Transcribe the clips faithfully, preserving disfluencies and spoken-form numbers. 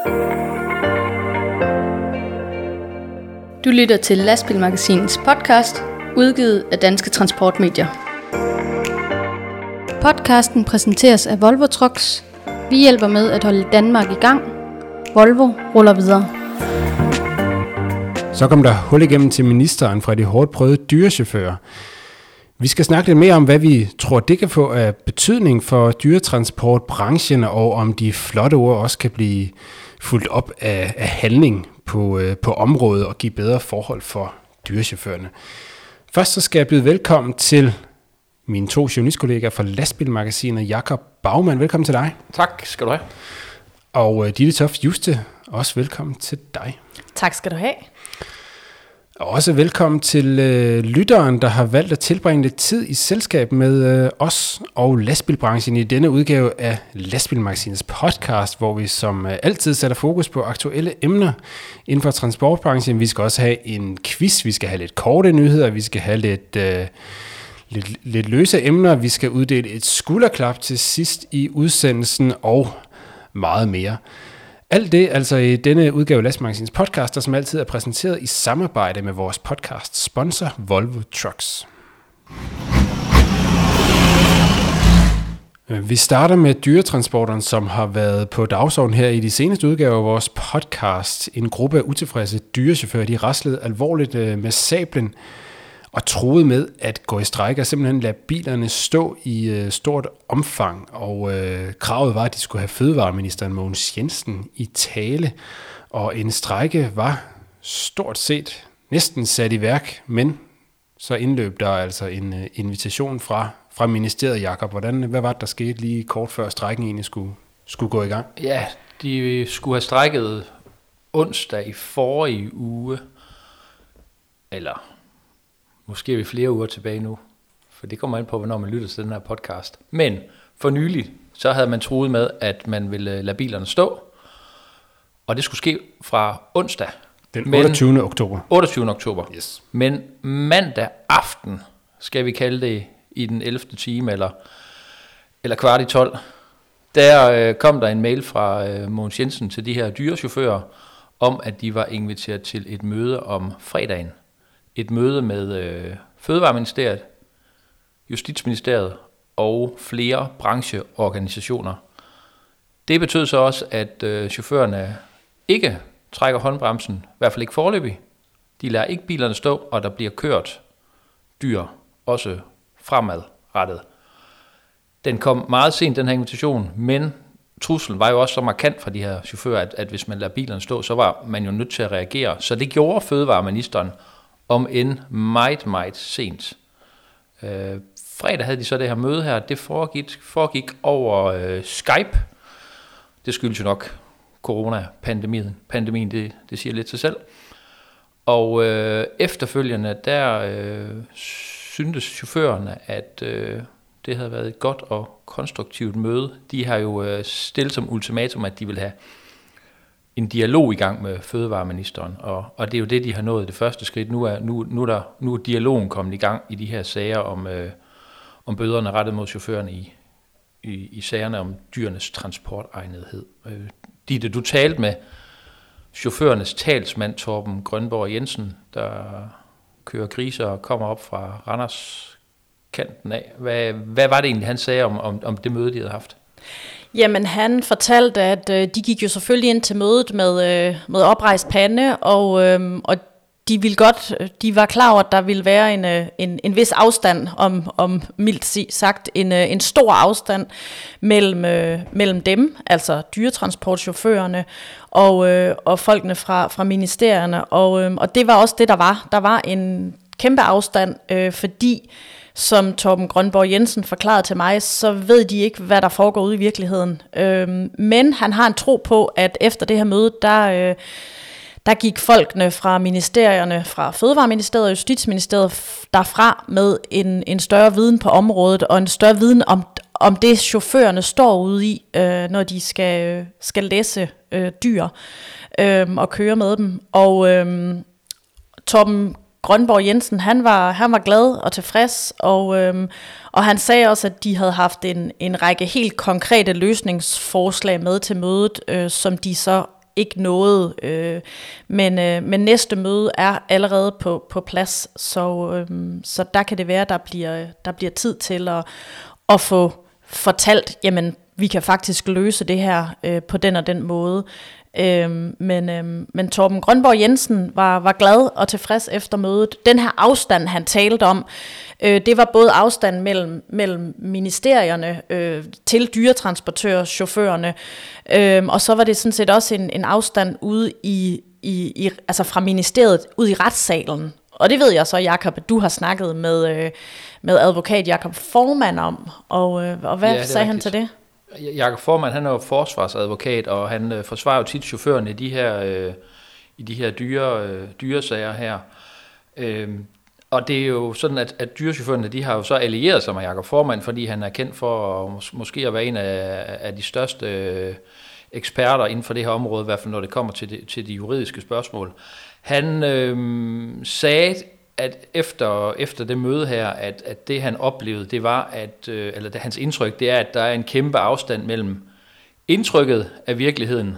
Du lytter til Lastbilmagasinets podcast, udgivet af Danske Transportmedier. Podcasten præsenteres af Volvo Trucks. Vi hjælper med at holde Danmark i gang. Volvo ruller videre. Så kom der hul igennem til ministeren fra de hårdt prøvede dyrechauffører. Vi skal snakke lidt mere om, hvad vi tror, det kan få af betydning for dyretransportbranchen, og om de flotte ord også kan blive fulgt op af, af handling på, øh, på området og give bedre forhold for dyrechaufførerne. Først så skal jeg byde velkommen til mine to journalistkollegaer fra Lastbilmagasinet. Jakob Baumann, velkommen til dig. Tak skal du have. Og øh, Ditte Toft Juste, også velkommen til dig. Tak skal du have. Og også velkommen til øh, lytteren, der har valgt at tilbringe lidt tid i selskab med øh, os og lastbilbranchen i denne udgave af Lastbilmagasinets podcast, hvor vi som øh, altid sætter fokus på aktuelle emner inden for transportbranchen. Vi skal også have en quiz, vi skal have lidt korte nyheder, vi skal have lidt, øh, lidt, lidt løse emner, vi skal uddele et skulderklap til sidst i udsendelsen og meget mere. Alt det altså i denne udgave af Lastbilmagasinets podcast, der som altid er præsenteret i samarbejde med vores podcast sponsor Volvo Trucks. Vi starter med dyretransporteren, som har været på dagsordenen her i de seneste udgaver af vores podcast. En gruppe af utilfredse dyrechauffører, de raslede alvorligt med sablen og troede med at gå i strejke og simpelthen lade bilerne stå i øh, stort omfang. Og øh, kravet var, at de skulle have fødevareministeren Mogens Jensen i tale. Og en strejke var stort set næsten sat i værk, men så indløb der altså en øh, invitation fra, fra ministeriet. Jakob, hvordan, hvad var det, der skete lige kort før strejken egentlig skulle, skulle gå i gang? Ja, de skulle have strejket onsdag i forrige uge, eller måske er vi flere uger tilbage nu, for det kommer an på, hvornår man lytter til den her podcast. Men for nylig, så havde man troet med, at man ville lade bilerne stå, og det skulle ske fra onsdag. Den otteogtyvende oktober. otteogtyvende oktober. Yes. Men mandag aften, skal vi kalde det i den ellevte time, eller, eller kvart i tolv, der øh, kom der en mail fra øh, Mogens Jensen til de her dyrechauffører, om at de var inviteret til et møde om fredagen. Et møde med øh, Fødevareministeriet, Justitsministeriet og flere brancheorganisationer. Det betød så også, at øh, chaufførerne ikke trækker håndbremsen, i hvert fald ikke foreløbig. De lader ikke bilerne stå, og der bliver kørt dyr, også fremadrettet. Den kom meget sent, den her invitation, men truslen var jo også så markant fra de her chauffører, at, at hvis man lader bilerne stå, så var man jo nødt til at reagere. Så det gjorde fødevareministeren, om end meget, meget sent. Øh, fredag havde de så det her møde her. Det foregik, foregik over øh, Skype. Det skyldes jo nok corona-pandemien. Pandemien, det, det siger lidt sig selv. Og øh, efterfølgende, der øh, syntes chaufførerne, at øh, det havde været et godt og konstruktivt møde. De har jo øh, stillet som ultimatum, at de vil have en dialog i gang med fødevareministeren, og, og det er jo det, de har nået det første skridt. Nu er, nu, nu er, der, nu er dialogen kommet i gang i de her sager om, øh, om bøderne rettet mod chaufførerne i, i, i sagerne om dyrenes transportegnethed. Øh, Ditte, du talte med chaufførernes talsmand Torben Grønborg Jensen, der kører griser og kommer op fra Randers kanten af. Hvad, hvad var det egentlig, han sagde om, om, om det møde, de havde haft? Jamen, han fortalte, at øh, de gik jo selvfølgelig ind til mødet med, øh, med oprejst pande, og, øh, og de ville godt, de var klar over, at der ville være en, øh, en, en vis afstand, om, om mildt sagt, en, øh, en stor afstand mellem, øh, mellem dem, altså dyretransportchaufførerne, og, øh, og folkene fra, fra ministerierne, og, øh, og det var også det, der var. Der var en kæmpe afstand, øh, fordi som Torben Grønborg Jensen forklarede til mig, så ved de ikke, hvad der foregår ude i virkeligheden. Øhm, men han har en tro på, at efter det her møde, der, øh, der gik folkene fra ministerierne, fra Fødevareministeriet og Justitsministeriet derfra med en, en større viden på området, og en større viden om, om det, chaufførerne står ude i, øh, når de skal, skal læse øh, dyr øh, og køre med dem. Og øh, Torben Grønborg Jensen, han var, han var glad og tilfreds, og, øhm, og han sagde også, at de havde haft en, en række helt konkrete løsningsforslag med til mødet, øh, som de så ikke noget. Øh, men, øh, men næste møde er allerede på, på plads, så, øh, så der kan det være, der bliver, der bliver tid til at, at få fortalt, jamen vi kan faktisk løse det her øh, på den og den måde. Øhm, men, øhm, men Torben Grønborg Jensen var, var glad og tilfreds efter mødet. Den her afstand, han talte om, øh, det var både afstand mellem, mellem ministerierne øh, til dyretransportører, chaufførerne, øh, og så var det sådan set også en, en afstand ude i, i, i, altså fra ministeriet ud i retssalen. Og det ved jeg så, Jakob, at du har snakket med, øh, med advokat Jakob Formann om, og, øh, og hvad ja, sagde han til det? Jakob Formann, han er jo forsvarsadvokat, og han øh, forsvarer jo tit chaufførerne i de her, øh, i de her dyre, øh, dyresager her. Øh, og det er jo sådan, at, at dyrechaufførerne, de har jo så allieret sig med Jakob Formann, fordi han er kendt for at, mås- måske at være en af, af de største øh, eksperter inden for det her område, i hvert fald når det kommer til de, til de juridiske spørgsmål. Han øh, sagde, at efter, efter det møde her, at, at det han oplevede, det var, at, øh, eller det, hans indtryk, det er, at der er en kæmpe afstand mellem indtrykket af virkeligheden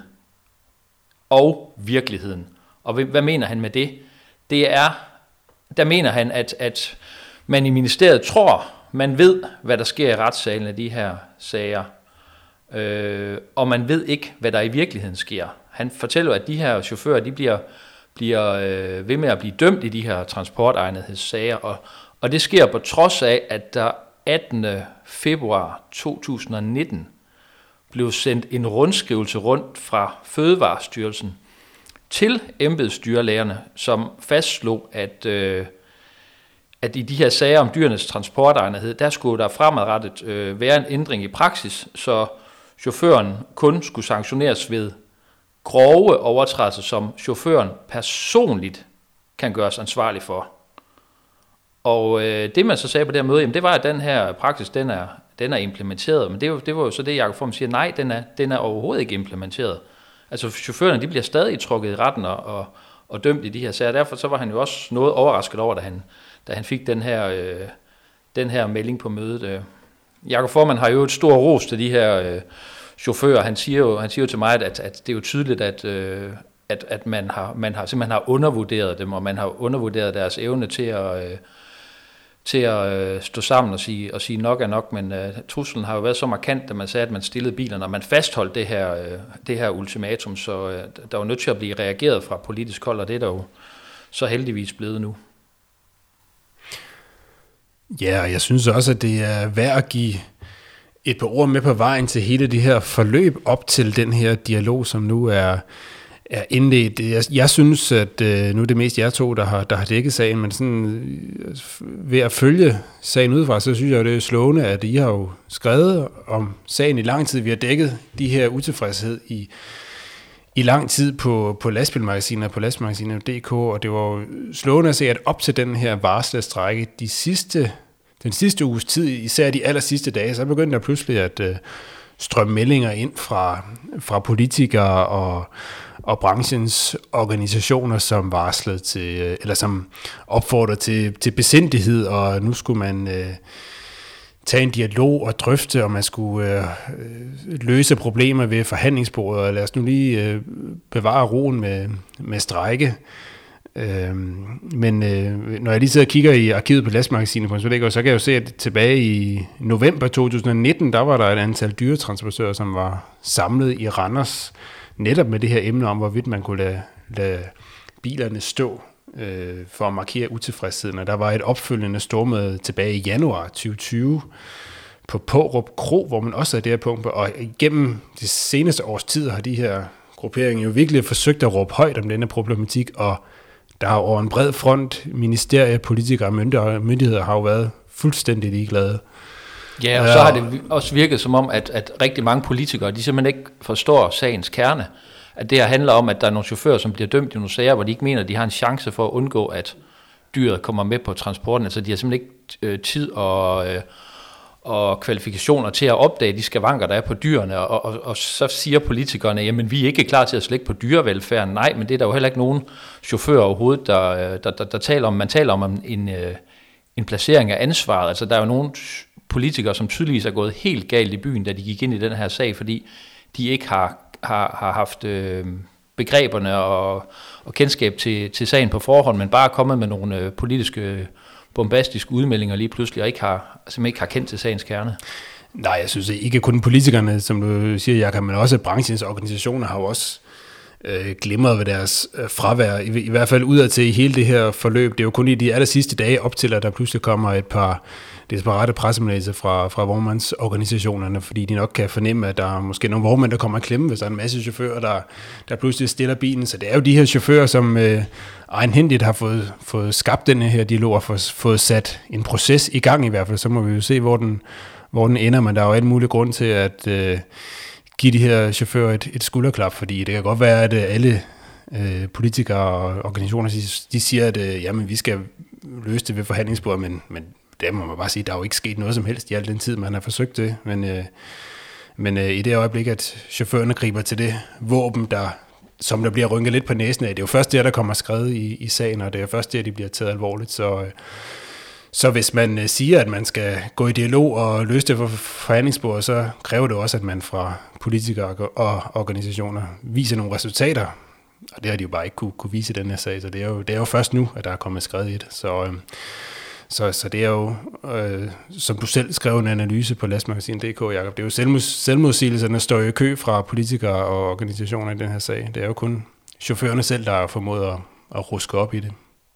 og virkeligheden. Og hvad mener han med det? Det er, der mener han, at, at man i ministeriet tror, man ved, hvad der sker i retssalen af de her sager, øh, og man ved ikke, hvad der i virkeligheden sker. Han fortæller, at de her chauffører, de bliver bliver øh, ved med at blive dømt i de her transportegnethedssager, og, og det sker på trods af, at der attende februar to tusind nitten blev sendt en rundskrivelse rundt fra Fødevarestyrelsen til embedsdyrlægerne, som fastslog, at, øh, at i de her sager om dyrenes transportegnethed, der skulle der fremadrettet øh, være en ændring i praksis, så chaufføren kun skulle sanktioneres ved grove overtrædelser, som chaufføren personligt kan gøres ansvarlig for. Og øh, det man så sagde på det her møde, jamen, det var, at den her praksis, den er, den er implementeret. Men det, var, det var jo så det, Jakob Formann siger, nej, den er, den er overhovedet ikke implementeret. Altså chaufførerne, de bliver stadig trukket i retten og, og, og dømt i de her sager. Derfor så var han jo også noget overrasket over, da han, da han fik den her, øh, den her melding på mødet. Øh. Jakob Formann har jo et stort ros til de her øh, chauffører. Han siger jo, han siger jo til mig, at, at det er jo tydeligt, at, øh, at, at man, har, man har simpelthen har undervurderet dem, og man har undervurderet deres evne til at, øh, til at øh, stå sammen og sige, og sige nok er nok, men øh, truslen har jo været så markant, at man sagde, at man stillede bilerne, og man fastholdt det her, øh, det her ultimatum, så øh, der var nødt til at blive reageret fra politisk hold, og det er der jo så heldigvis blevet nu. Ja, og jeg synes også, at det er værd at give et par ord med på vejen til hele det her forløb op til den her dialog, som nu er, er indledt. Jeg, jeg synes, at øh, nu er det mest jer to, der har, der har dækket sagen, men sådan, øh, ved at følge sagen udefra, så synes jeg, at det er slående, at I har jo skrevet om sagen i lang tid. Vi har dækket de her utilfredshed i, i lang tid på, på lastbilmagasinet og på lastbilmagasinet punktum d k, og det var jo slående at se, at op til den her varslestrække, de sidste Den sidste uges tid, især de aller sidste dage, så begyndte der pludselig at øh, strømme meldinger ind fra, fra politikere og, og branchens organisationer, som varslede til, øh, eller som opfordrede til, til besindighed, og nu skulle man øh, tage en dialog og drøfte, og man skulle øh, løse problemer ved forhandlingsbordet, og lad os nu lige øh, bevare roen med, med strejke. Øhm, men øh, når jeg lige sidder og kigger i arkivet på lastmagasinet, så kan jeg jo se, at tilbage i november to tusind nitten, der var der et antal dyretransportører, som var samlet i Randers, netop med det her emne om, hvorvidt man kunne lade, lade bilerne stå øh, for at markere utilfredsheden. Og der var et opfølgende stormøde tilbage i januar tyve tyve på Pårup Kro, hvor man også er det her punkt. Og igennem det seneste års tid har de her grupperinger jo virkelig forsøgt at råbe højt om denne problematik, og der har over en bred front, ministerier, politikere og myndigheder har jo været fuldstændig ligeglade. Ja, og så har det også virket som om, at, at rigtig mange politikere, de simpelthen ikke forstår sagens kerne. At det her handler om, at der er nogle chauffører, som bliver dømt i nogle sager, hvor de ikke mener, at de har en chance for at undgå, at dyret kommer med på transporten. Altså de har simpelthen ikke øh, tid og, øh, og kvalifikationer til at opdage de skavanker, der er på dyrene. Og, og, og så siger politikerne, jamen vi er ikke klar til at slække på dyrevelfærden. Nej, men det er der jo heller ikke nogen chauffører overhovedet, der, der, der, der taler om. Man taler om en, en placering af ansvaret. Altså der er jo nogle politikere, som tydeligvis er gået helt galt i byen, da de gik ind i den her sag, fordi de ikke har, har, har haft øh, begreberne og, og kendskab til, til sagen på forhånd, men bare er kommet med nogle øh, politiske bombastiske udmeldinger lige pludselig, og ikke har, altså ikke har kendt til sagens kerne. Nej, jeg synes ikke kun politikerne, som du siger, Jakob, men også branchens organisationer har jo også øh, glimret ved deres øh, fravær, I, i hvert fald udad til hele det her forløb. Det er jo kun i de aller sidste dage op til, at der pludselig kommer et par desperate pressemeddelelser fra, fra vognmandsorganisationerne, fordi de nok kan fornemme, at der er måske nogle vognmænd, der kommer i klemme, hvis der er en masse chauffører, der, der pludselig stiller bilen. Så det er jo de her chauffører, som øh, egenhændigt har fået, fået skabt den her dialog og fået, fået sat en proces i gang i hvert fald. Så må vi jo se, hvor den, hvor den ender, men der er jo en mulig grund til at øh, give de her chauffører et, et skulderklap, fordi det kan godt være, at alle øh, politikere og organisationer, de, de siger, at øh, jamen, vi skal løse det ved forhandlingsbordet, men, men det må man bare sige, der er jo ikke sket noget som helst i al den tid, man har forsøgt det. Men, øh, men øh, i det øjeblik, at chaufførerne griber til det våben, der, som der bliver rynket lidt på næsen af, det er jo først der, der kommer skrevet i, i sagen, og det er først der, de bliver taget alvorligt. Så, øh, så hvis man øh, siger, at man skal gå i dialog og løse det for forhandlingsbordet, så kræver det også, at man fra politikere og organisationer viser nogle resultater. Og det har de jo bare ikke kunne, kunne vise i den her sag, så det er, jo, det er jo først nu, at der er kommet skrevet i det. Så... Øh, Så, så det er jo, øh, som du selv skrev en analyse på lastmagasin punktum d k, Jakob, det er jo selvmod, selvmodsigelserne, der står i kø fra politikere og organisationer i den her sag. Det er jo kun chaufførerne selv, der har formået at, at ruske op i det.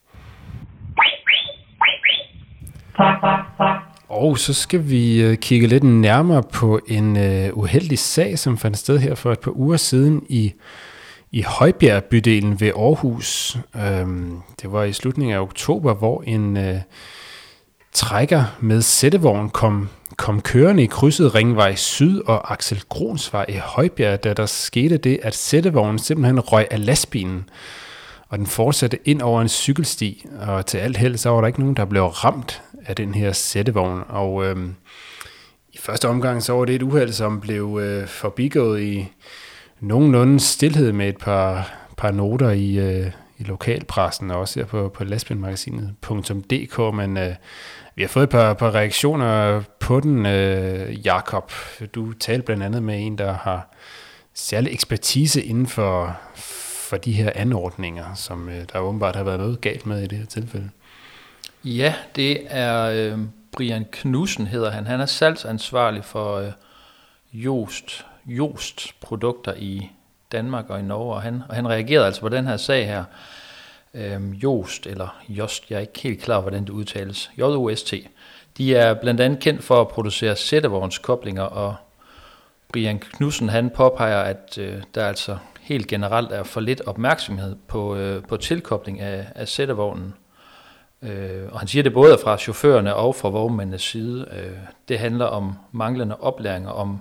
Og så skal vi kigge lidt nærmere på en uh, uheldig sag, som fandt sted her for et par uger siden i i Højbjerg-bydelen ved Aarhus. Øhm, det var i slutningen af oktober, hvor en øh, trækker med sættevogn kom, kom kørende i krydset Ringvej Syd og Axel Gronsvej i Højbjerg, da der skete det, at sættevognen simpelthen røg af lastbilen, og den fortsatte ind over en cykelsti, og til alt held, så var der ikke nogen, der blev ramt af den her sættevogn, og øhm, i første omgang, så var det et uheld, som blev øh, forbigået i nogenlunde stilhed med et par, par noter i, øh, i lokalpressen, og også her på, på lastbilmagasinet punktum d k, men øh, vi har fået et par, par reaktioner på den, øh, Jakob. Du talte blandt andet med en, der har særlig ekspertise inden for, for de her anordninger, som øh, der åbenbart har været noget galt med i det her tilfælde. Ja, det er øh, Brian Knudsen hedder han. Han er salgsansvarlig for øh, Jost Jost produkter i Danmark og i Norge, og han, og han reagerede altså på den her sag her. Øhm, Jost, eller Jost, jeg er ikke helt klar, hvordan det udtales, J O S T. De er blandt andet kendt for at producere sættevognskoblinger, og Brian Knudsen, han påpeger, at øh, der altså helt generelt er for lidt opmærksomhed på, øh, på tilkobling af, af sættevognen. Øh, og han siger det både fra chaufførerne og fra vognmændenes side. Øh, det handler om manglende oplæring, om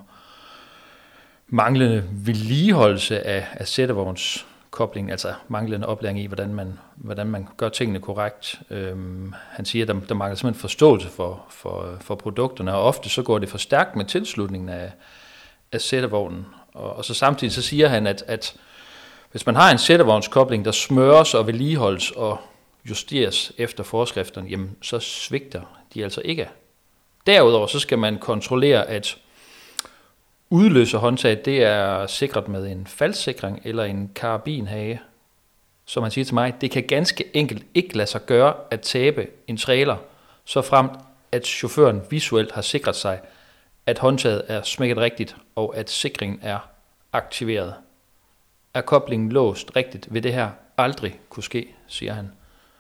manglende vedligeholdelse af, af sættevognskobling, altså manglende oplæring i, hvordan man, hvordan man gør tingene korrekt. Øhm, han siger, at der, der mangler simpelthen forståelse for, for, for produkterne, og ofte så går det for stærkt med tilslutningen af, af sættevognen. Og, og så samtidig så siger han, at, at hvis man har en sættevognskobling, der smøres og vedligeholdes og justeres efter forskrifterne, jamen så svigter de altså ikke. Derudover så skal man kontrollere, at udløser håndtaget, det er sikret med en faldsikring eller en karabinhage. Som han siger til mig, det kan ganske enkelt ikke lade sig gøre at tabe en trailer, så fremt at chaufføren visuelt har sikret sig, at håndtaget er smækket rigtigt, og at sikringen er aktiveret. Er koblingen låst rigtigt, vil det her aldrig kunne ske, siger han.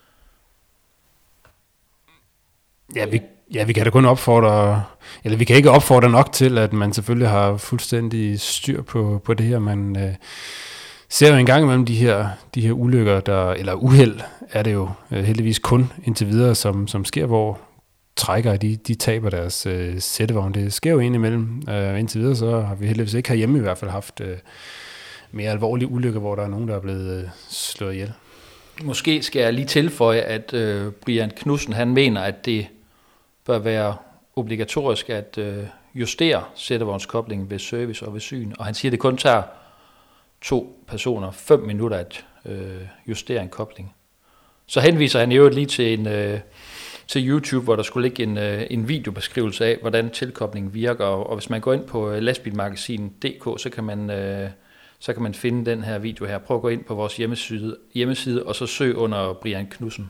Ja, vi, ja, vi kan da kun opfordre, eller vi kan ikke opfordre nok til, at man selvfølgelig har fuldstændig styr på, på det her. Man øh, ser jo en gang imellem de her, de her ulykker, der, eller uheld, er det jo øh, heldigvis kun indtil videre, som, som sker, hvor trækkere, de, de taber deres øh, sættevogn. Det sker jo indimellem. Øh, indtil videre, så har vi heldigvis ikke herhjemme i hvert fald haft øh, mere alvorlige ulykker, hvor der er nogen, der er blevet øh, slået ihjel. Måske skal jeg lige tilføje, at øh, Brian Knudsen, han mener, at det bør være obligatorisk at øh, justere sættevognskoblingen ved service og ved syn. Og han siger, at det kun tager to personer fem minutter at øh, justere en kobling. Så henviser han jo lige til, en, øh, til YouTube, hvor der skulle ligge en, øh, en videobeskrivelse af, hvordan tilkoblingen virker. Og, og hvis man går ind på lastbilmagasinet punktum d k, så kan man... Øh, så kan man finde den her video her. Prøv at gå ind på vores hjemmeside, hjemmeside og så søg under Brian Knudsen.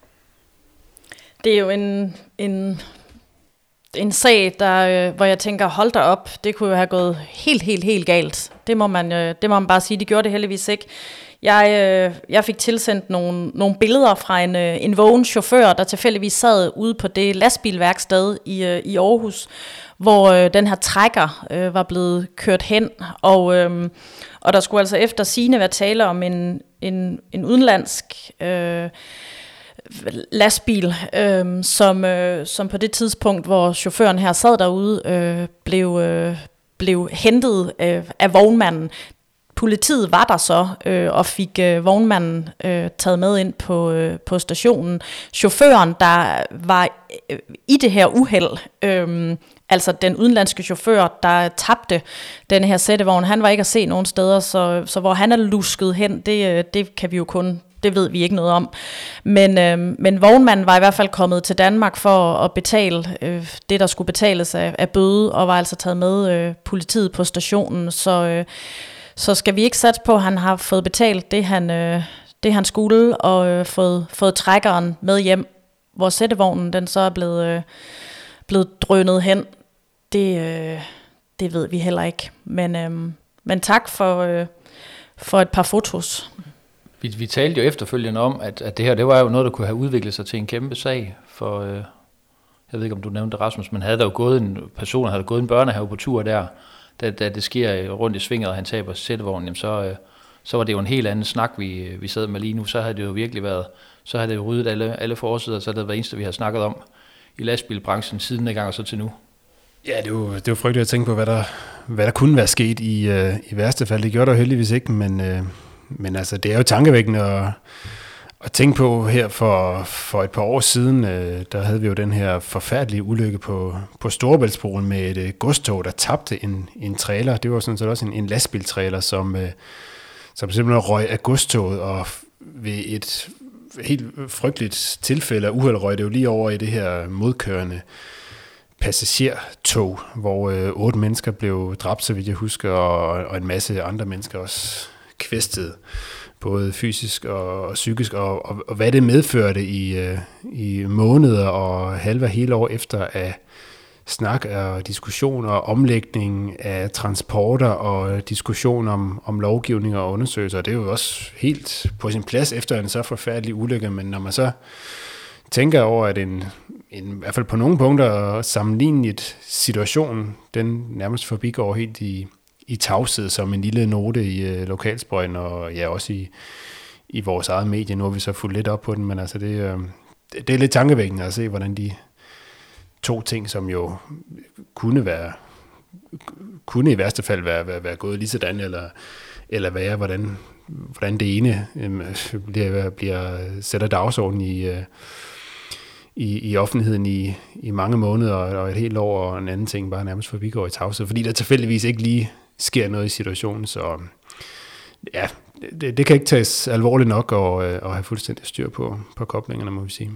Det er jo en, en, en sag, der, hvor jeg tænker, hold da op, det kunne jo have gået helt, helt, helt galt. Det må man, det må man bare sige, det gjorde det heldigvis ikke. Jeg, jeg fik tilsendt nogle, nogle billeder fra en, en vågen chauffør, der tilfældigvis sad ude på det lastbilværksted i, i Aarhus, hvor øh, den her trækker øh, var blevet kørt hen, og, øh, og der skulle altså efter sigende være tale om en, en, en udenlandsk øh, lastbil, øh, som, øh, som på det tidspunkt, hvor chaufføren her sad derude, øh, blev, øh, blev hentet øh, af vognmanden. Politiet var der så øh, og fik øh, vognmanden øh, taget med ind på, øh, på stationen. Chaufføren, der var øh, i det her uheld, øh, altså den udenlandske chauffør, der tabte den her sættevogn, han var ikke at se nogen steder, så, så hvor han er lusket hen, det, det kan vi jo kun, det ved vi ikke noget om. Men, øh, men vognmanden var i hvert fald kommet til Danmark for at betale øh, det, der skulle betales af, af bøde, og var altså taget med øh, politiet på stationen, så... Øh, Så skal vi ikke satse på, at han har fået betalt det, han, øh, det, han skulle, og øh, fået, fået trækkeren med hjem, hvor sættevognen den så er blevet, øh, blevet drønet hen. Det, øh, det ved vi heller ikke. Men, øh, men tak for, øh, for et par fotos. Vi, vi talte jo efterfølgende om, at, at det her det var jo noget, der kunne have udviklet sig til en kæmpe sag. For øh, jeg ved ikke, om du nævnte Rasmus, men havde der jo gået en person, havde gået en børnehave på tur der, Da, da det sker rundt i svinget, og han taber sættevognen, jamen så, øh, så var det jo en helt anden snak, vi, vi sad med lige nu. Så havde det jo virkelig været, så havde det jo ryddet alle, alle forsider, så havde det været eneste, vi har snakket om i lastbilbranchen siden dengang og så til nu. Ja, det er jo, det er jo frygteligt at tænke på, hvad der, hvad der kunne være sket i, øh, i værste fald. Det gjorde der jo heldigvis ikke, men, øh, men altså, det er jo tankevækkende at, at tænke på her for, for et par år siden. Øh, der havde vi jo den her forfærdelige ulykke på, på Storebæltsbroen med et øh, godstog, der tabte en, en trailer. Det var sådan set også en, en lastbiltrailer, som, øh, som simpelthen røg af godstoget, og ved et helt frygteligt tilfælde af uheld røg det jo lige over i det her modkørende passagertog, hvor øh, otte mennesker blev dræbt, så vidt jeg husker, og, og en masse andre mennesker også kvæstet, både fysisk og, og psykisk, og, og, og hvad det medførte i, øh, i måneder og halve hele år efter af snak og diskussion og omlægning af transporter og diskussion om, om lovgivning og undersøgelser. Det er jo også helt på sin plads efter en så forfærdelig ulykke, men når man så tænker over, at en, en i hvert fald på nogle punkter sammenligneligt situation, den nærmest forbigår helt i, i tavshed som en lille note i uh, lokalsprøjten, og ja, også i, i vores eget medie. Nu har vi så fulgt lidt op på den, men altså det, uh, det, det er lidt tankevækkende at se, hvordan de to ting, som jo kunne være, kunne i værste fald være, være, være gået lige sådan, eller, eller være, hvordan, hvordan det ene øh, bliver, bliver sætter dagsorden i, øh, i, i offentligheden i, i mange måneder, og et helt år, og en anden ting bare nærmest forbigår i tavshed, fordi der tilfældigvis ikke lige sker noget i situationen, så ja, det, det kan ikke tages alvorligt nok, og, og have fuldstændig styr på, på koblingerne, må vi sige.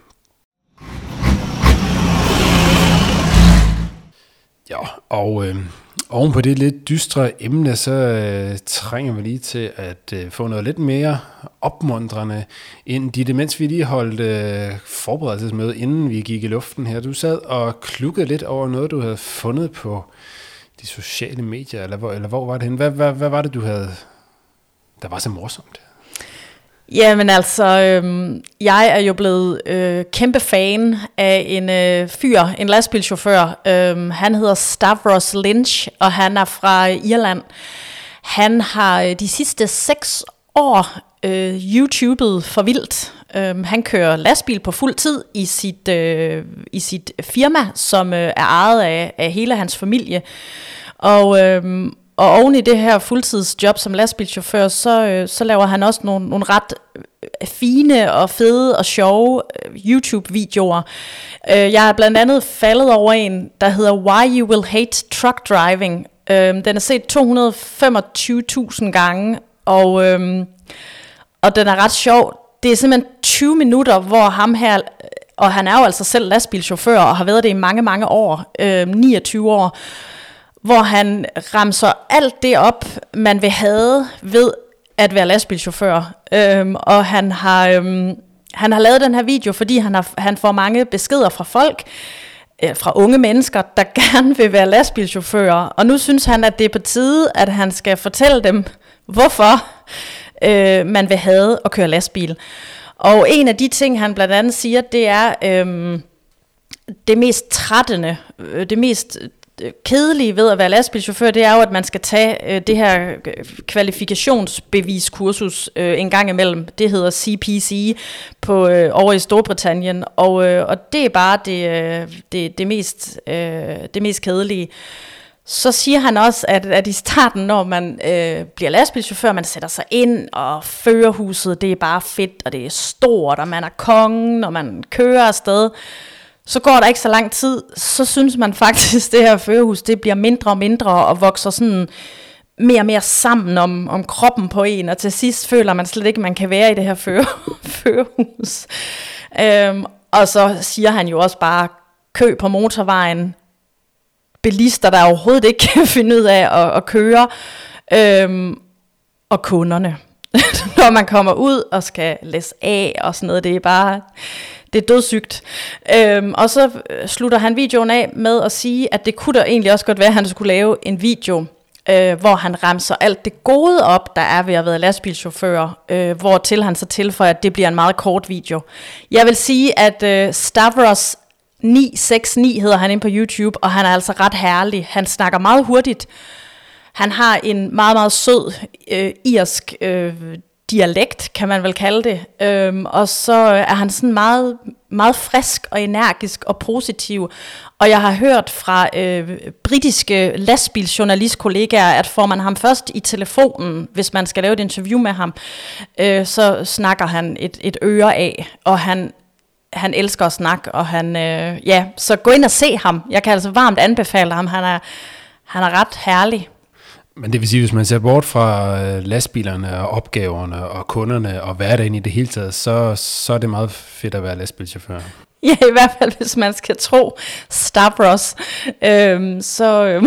Ja, og øh, oven på det lidt dystre emne, så øh, trænger vi lige til at øh, få noget lidt mere opmuntrende ind i det, mens vi lige holdt øh, forberedelsesmøde, inden vi gik i luften her. Du sad og klukkede lidt over noget, du havde fundet på de sociale medier, eller hvor, eller hvor var det henne? Hvad, hvad, hvad var det, du havde, der var så morsomt? Jamen altså, øh, jeg er jo blevet øh, kæmpe fan af en øh, fyr, en lastbilchauffør. Øh, han hedder Stavros Lynch, og han er fra Irland. Han har øh, de sidste seks år øh, YouTubet for vildt. Øh, han kører lastbil på fuld tid i sit, øh, i sit firma, som øh, er ejet af, af hele hans familie. Og... Øh, Og oven i det her fuldtidsjob som lastbilchauffør, så, øh, så laver han også nogle, nogle ret fine og fede og sjove øh, YouTube-videoer. Øh, jeg er blandt andet faldet over en, der hedder Why You Will Hate Truck Driving. Øh, den er set to hundrede og femogtyve tusind gange, og, øh, og den er ret sjov. Det er simpelthen tyve minutter, hvor ham her, og han er jo altså selv lastbilchauffør, og har været det i mange, mange år, øh, niogtyve år, hvor han ramser alt det op, man vil have ved at være lastbilchauffør. Øhm, og han har, øhm, han har lavet den her video, fordi han, har, han får mange beskeder fra folk, øh, fra unge mennesker, der gerne vil være lastbilchauffører. Og nu synes han, at det er på tide, at han skal fortælle dem, hvorfor øh, man vil have at køre lastbil. Og en af de ting, han blandt andet siger, det er øhm, det mest trættende, det mest kedelige ved at være lastbilchauffør, det er jo, at man skal tage øh, det her kvalifikationsbeviskursus øh, en gang imellem. Det hedder C P C på, øh, over i Storbritannien, og, øh, og det er bare det, øh, det, det, mest, øh, det mest kedelige. Så siger han også, at, at i starten, når man øh, bliver lastbilchauffør, man sætter sig ind, og førerhuset, det er bare fedt, og det er stort, og man er kongen, og man kører afsted. Så går der ikke så lang tid, så synes man faktisk, det her førerhus, det bliver mindre og mindre, og vokser sådan mere og mere sammen om, om kroppen på en, og til sidst føler man slet ikke, at man kan være i det her fører, førerhus. Øhm, og så siger han jo også bare, kø på motorvejen, bilister, der overhovedet ikke kan finde ud af at, at køre, øhm, og kunderne. Når man kommer ud og skal læse af og sådan noget, det er bare... Det er dødssygt. Øhm, og så slutter han videoen af med at sige, at det kunne da egentlig også godt være, at han skulle lave en video, øh, hvor han ramser alt det gode op, der er ved at være lastbilchauffør, øh, hvor til han så tilføjer, at det bliver en meget kort video. Jeg vil sige, at øh, Stavros ni seks ni hedder han inde på YouTube, og han er altså ret herlig. Han snakker meget hurtigt. Han har en meget, meget sød øh, irsk øh, dialekt, kan man vel kalde det. Øhm, og så er han sådan meget, meget frisk og energisk og positiv. Og jeg har hørt fra øh, britiske lastbiljournalistkollegaer, at får man ham først i telefonen, hvis man skal lave et interview med ham, øh, så snakker han et, et øre af, og han han elsker at snakke, og han, øh, ja, så gå ind og se ham. Jeg kan altså varmt anbefale ham. Han er, han er ret herlig. Men det vil sige, hvis man ser bort fra lastbilerne og opgaverne og kunderne og hverdagen i det hele taget, så, så er det meget fedt at være lastbilchauffør. Ja, i hvert fald hvis man skal tro Stavros. Øhm, så øhm,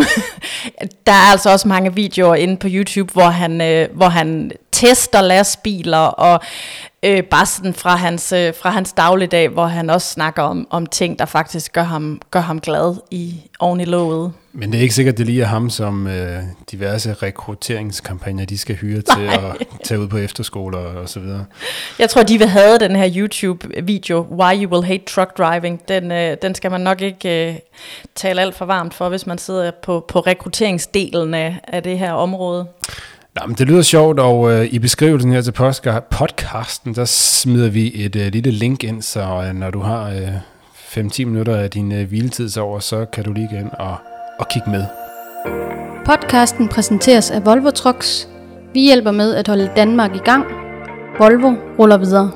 der er altså også mange videoer inde på YouTube, hvor han, øh, hvor han tester lastbiler, og øh, bare sådan fra hans, øh, fra hans dagligdag, hvor han også snakker om, om ting, der faktisk gør ham, gør ham glad i oven i låget. Men det er ikke sikkert, det lige er ham, som øh, diverse rekrutteringskampagner, de skal hyre til Nej. At tage ud på efterskoler og så videre. Jeg tror, de vil have den her YouTube-video, Why You Will Hate Truck Driving. Den, øh, den skal man nok ikke øh, tale alt for varmt for, hvis man sidder på, på rekrutteringsdelen af, af det her område. Nå, men det lyder sjovt, og øh, i beskrivelsen her til podcasten, der smider vi et øh, lille link ind, så øh, når du har øh, fem til ti minutter af din øh, hviletid så over, så kan du lige gå ind og, og kigge med. Podcasten præsenteres af Volvo Trucks. Vi hjælper med at holde Danmark i gang. Volvo ruller videre.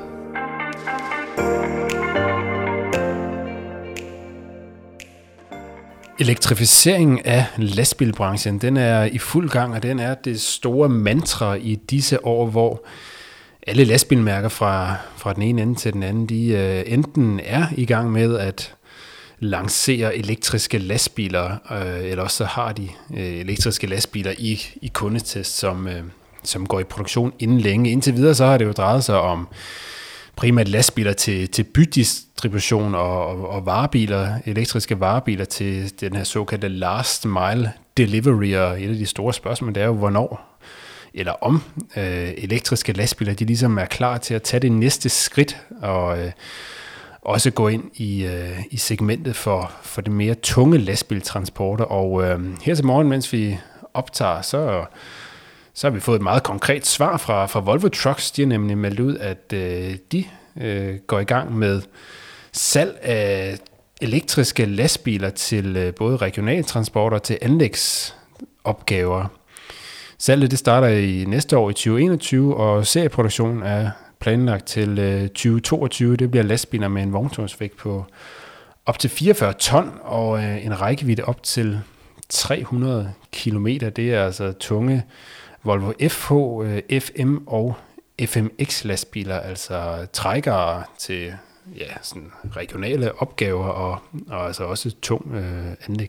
Elektrificeringen af lastbilbranchen, den er i fuld gang, og den er det store mantra i disse år, hvor alle lastbilmærker fra, fra den ene ende til den anden, de uh, enten er i gang med at lancere elektriske lastbiler, uh, eller også så har de uh, elektriske lastbiler i, i kundetest, som, uh, som går i produktion inden længe. Indtil videre så har det jo drejet sig om primært lastbiler til, til bydistribution og, og, og varebiler, elektriske varebiler til den her såkaldte last mile delivery, og et af de store spørgsmål, det er jo, hvornår eller om øh, elektriske lastbiler, de ligesom er klar til at tage det næste skridt, og øh, også gå ind i, øh, i segmentet for, for det mere tunge lastbiltransporter. Og øh, her til morgen, mens vi optager, så Så har vi fået et meget konkret svar fra, fra Volvo Trucks. De har nemlig meldt ud, at øh, de øh, går i gang med salg af elektriske lastbiler til øh, både regionaltransporter og til anlægsopgaver. Salget det starter i næste år i tyve enogtyve, og serieproduktionen er planlagt til øh, tyve toogtyve. Det bliver lastbiler med en vogntonsvægt på op til fireogfyrre ton og øh, en rækkevidde op til tre hundrede kilometer. Det er altså tunge Volvo F H, F M og F M X lastbiler, altså trækkere til ja, sådan regionale opgaver og, og altså også tung øh, anlægs